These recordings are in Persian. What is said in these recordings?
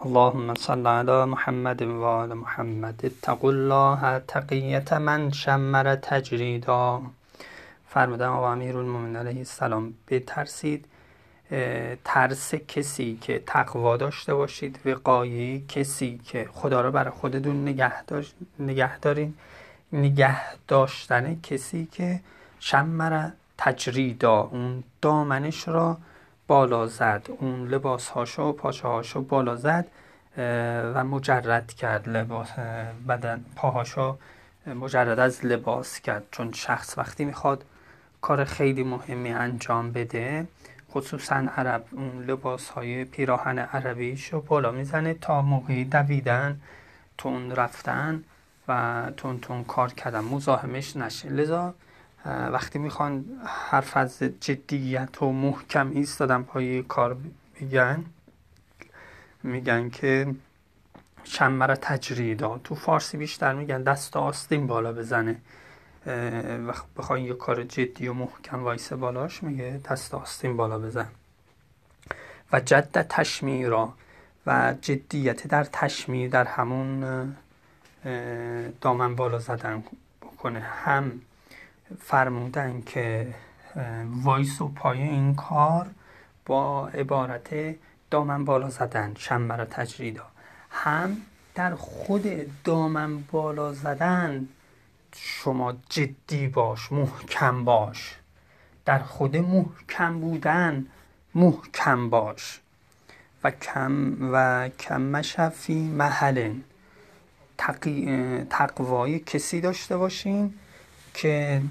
اللهم صل علی محمد و آل محمد. اتقوا الله تقیة من شمر تجریدا. فرمودن آقا امیرالمومنین علیه السلام بترسید ترس کسی که تقوا داشته باشید، وقایه کسی که خدا را برای خودتون نگه دارین، نگه داشتن کسی که شمر تجریدا، اون دامنش را بالا زد، اون لباسهاشو و پاچه‌هاشو بالا زد و مجرد کرد، لباس بدن پاهاشو مجرد از لباس کرد. چون شخص وقتی میخواد کار خیلی مهمی انجام بده، خصوصا عرب، اون لباسهای پیراهن عربیشو بالا میزنه تا موقعی دویدن، تون رفتن و تون کار کردن مزاحمش نشه. لذا وقتی میخوان حرف از جدیت و محکم ایستادن پای کار میگن که شمر تجریدا. تو فارسی بیشتر میگن دست آستین بالا بزنه. وقت بخوای یه کار جدی و محکم وایسه بالاش، میگه دست آستین بالا بزن. و جد تشمیرا، و جدیت در تشمیر، در همون دامن بالا زدن بکنه. هم فرمودن که وایس و پای این کار با عبارت دامن بالا زدن، شمر تجریدا. هم در خود دامن بالا زدن شما جدی باش، محکم باش. در خود محکم بودن محکم باش. و کم مشفی محل، تقوای کسی داشته باشین که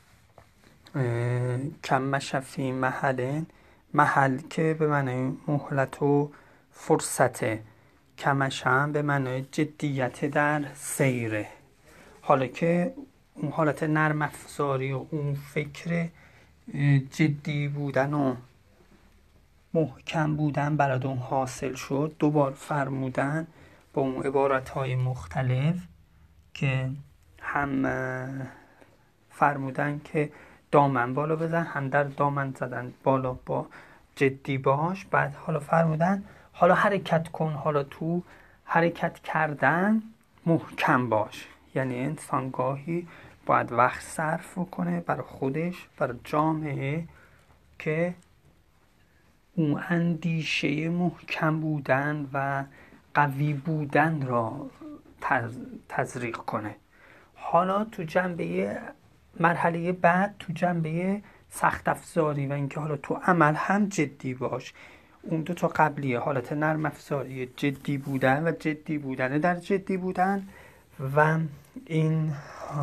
کم مشفی محل که به معنی مهلت و فرصته، کمش هم به معنی جدیت در سیره. حالا که اون حالت نرم افزاری و اون فکر جدی بودن و محکم بودن براتون حاصل شد، دوبار فرمودن با اون عبارتهای مختلف که هم فرمودن که دامن بالا بزن، هم در دامن زدن بالا با جدی باش. بعد حالا فرمودن حالا حرکت کن، حالا تو حرکت کردن محکم باش. یعنی انسان گاهی باید وقت صرف کنه برای خودش، برای جامعه، که اون اندیشه محکم بودن و قوی بودن را تزریق کنه. حالا تو جنبه مرحله بعد، تو جنبه سخت افزاری و اینکه حالا تو عمل هم جدی باش. اون دو تا قبلیه، حالت نرم افزاری جدی بودن و جدی بودن در جدی بودن، و این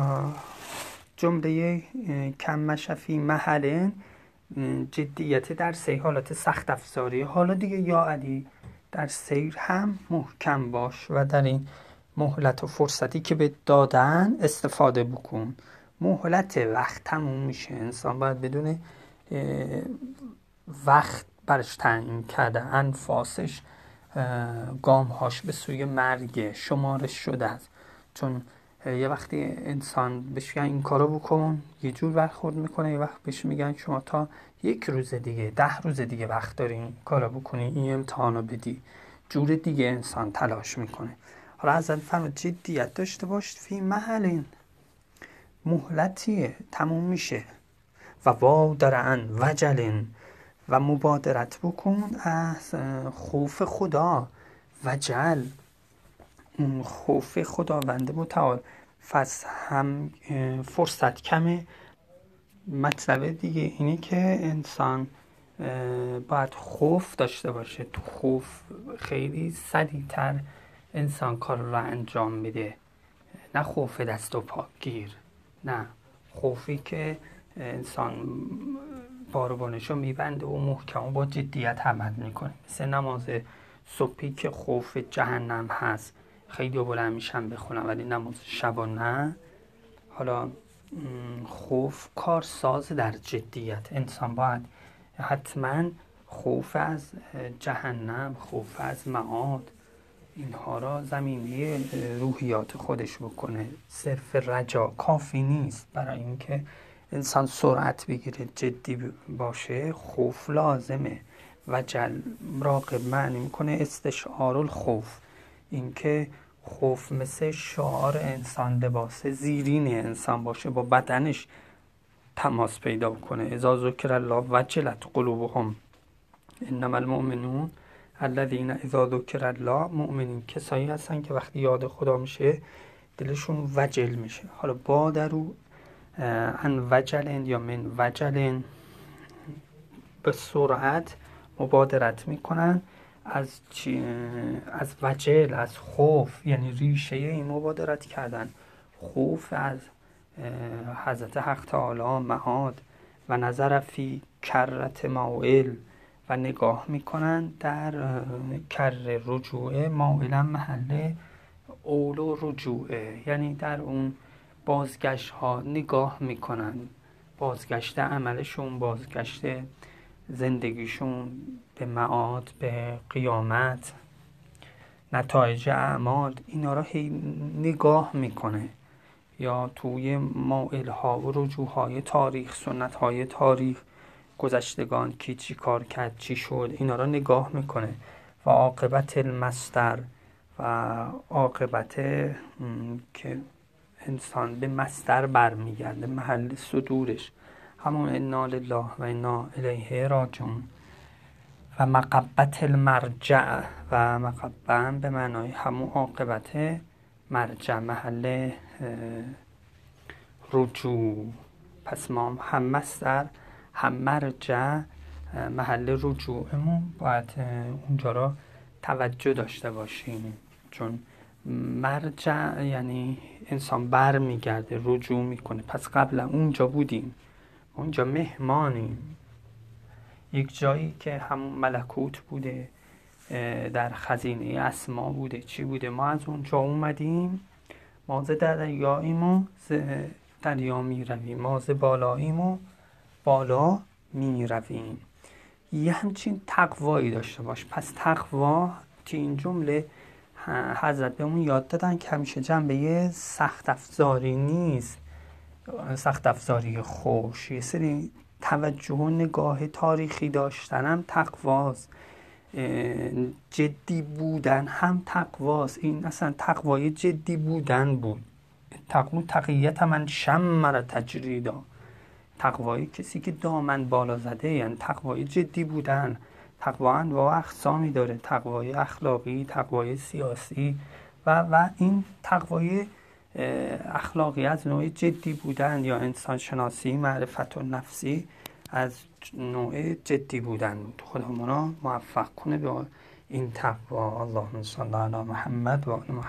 جمله کم مشفی محل جدیت در سیر، حالت سخت افزاری. حالا دیگه یا علی در سیر هم محکم باش و در این مهلت و فرصتی که به دادن استفاده بکن. مهلت وقت تموم میشه، انسان باید بدونه وقت برش تعیین کرده، انفاسش، گامهاش به سوی مرگ شمارش شده است. چون یه وقتی انسان بهش میگن این کارو بکن، یه جور برخورد میکنه، یه وقت بهش میگن شما تا 1 روز دیگه، 10 روز دیگه وقت داری این کارو بکنی، این امتحانو بدی، جور دیگه انسان تلاش میکنه. حالا ازت فرمود جدیت داشته باش، فی محل، مهلتیه، تموم میشه. و وادرن وجلن، و مبادرت بکن از خوف خدا. وجل، اون خوف خداوند متعال. پس هم فرصت کمه. مطلب دیگه اینه که انسان باید خوف داشته باشه. تو خوف خیلی سریعتر انسان کار رو انجام میده. نه خوف دست و پا گیر، نه خوفی که انسان باروانشو میبنده و محکم و با جدیت عمل میکنه. مثل نماز صبحی که خوف جهنم هست، خیلی بلند میشن بخونن، ولی نماز شبا نه. حالا خوف کارساز در جدیت. انسان باید حتما خوف از جهنم، خوف از معاد، اینها را زمینه روحیات خودش بکنه. صرف رجا کافی نیست. برای اینکه انسان سرعت بگیره، جدی باشه، خوف لازمه. وجل راقب معنی میکنه استشعار الخوف، اینکه خوف مثل شعار انسان، لباس زیرین انسان باشه، با بدنش تماس پیدا کنه. اذا ذکر الله وجلت قلوبهم انما المؤمنون الذین اذا ذکر الله. مؤمنین کسایی هستن که وقتی یاد خدا میشه دلشون وجل میشه. حالا با درو ان وجلن یا من وجلن، به سرعت مبادرت میکنن از از وجل، از خوف، یعنی ریشه این مبادرت کردن خوف از حضرت حق تعالی معاد و نظر فی کرت مائل، و نگاه میکنن در کر رجوعه، مائلا محل اول و رجوعه، یعنی در اون بازگشت ها نگاه میکنن، بازگشت عملشون، بازگشت زندگیشون به معاد، به قیامت، نتایج اعمال، اینا را هی نگاه میکنه. یا توی مائل ها و رجوع های تاریخ، سنت های تاریخ، گذشتگان کی چی کار کرد، چی شد، اینا را نگاه میکنه. و عاقبت المصدر، و عاقبت که انسان به مصدر برمیگرده، محل صدورش، همون انا لله و انا الیه راجعون. و مقبت المرجع، و مقبه به معنای همون عاقبت مرجع، محل رجوع. پس ما هم مصدر هم مرجع، محل رجوعمون باید اونجا را توجه داشته باشیم، چون مرجع یعنی انسان بر میگرده، رجوع میکنه. پس قبلا اونجا بودیم، اونجا مهمانیم، یک جایی که همون ملکوت بوده، در خزینه اسما بوده، چی بوده، ما از اونجا اومدیم، ما ز دریاییم و ز دریا می رویم، ما ز بالاییم و بالا می رویم. یه همچین تقوایی داشته باش. پس تقوا که این جمله حضرت بهمون یاد دادن که همیشه جنبه سخت افزاری نیست، سخت افزاری خوش، یه سری توجه و نگاه تاریخی داشتنم تقواست، جدی بودن هم تقواست. این اصلا تقوای جدی بودن بود. تقوا تقیت من شمر تجریدا، تقوای کسی که دامن بالا زده، یعنی تقوای جدی بودن. تقوا انواع اقسامی داره، تقوای اخلاقی، تقوای سیاسی و این تقوای اخلاقی از نوع جدی بودن، یا انسان شناسی، معرفت و نفسی از نوع جدی بودن بود. خدا ما را موفق کنه به این تقوا. اللهم صل علی محمد و آل محمد.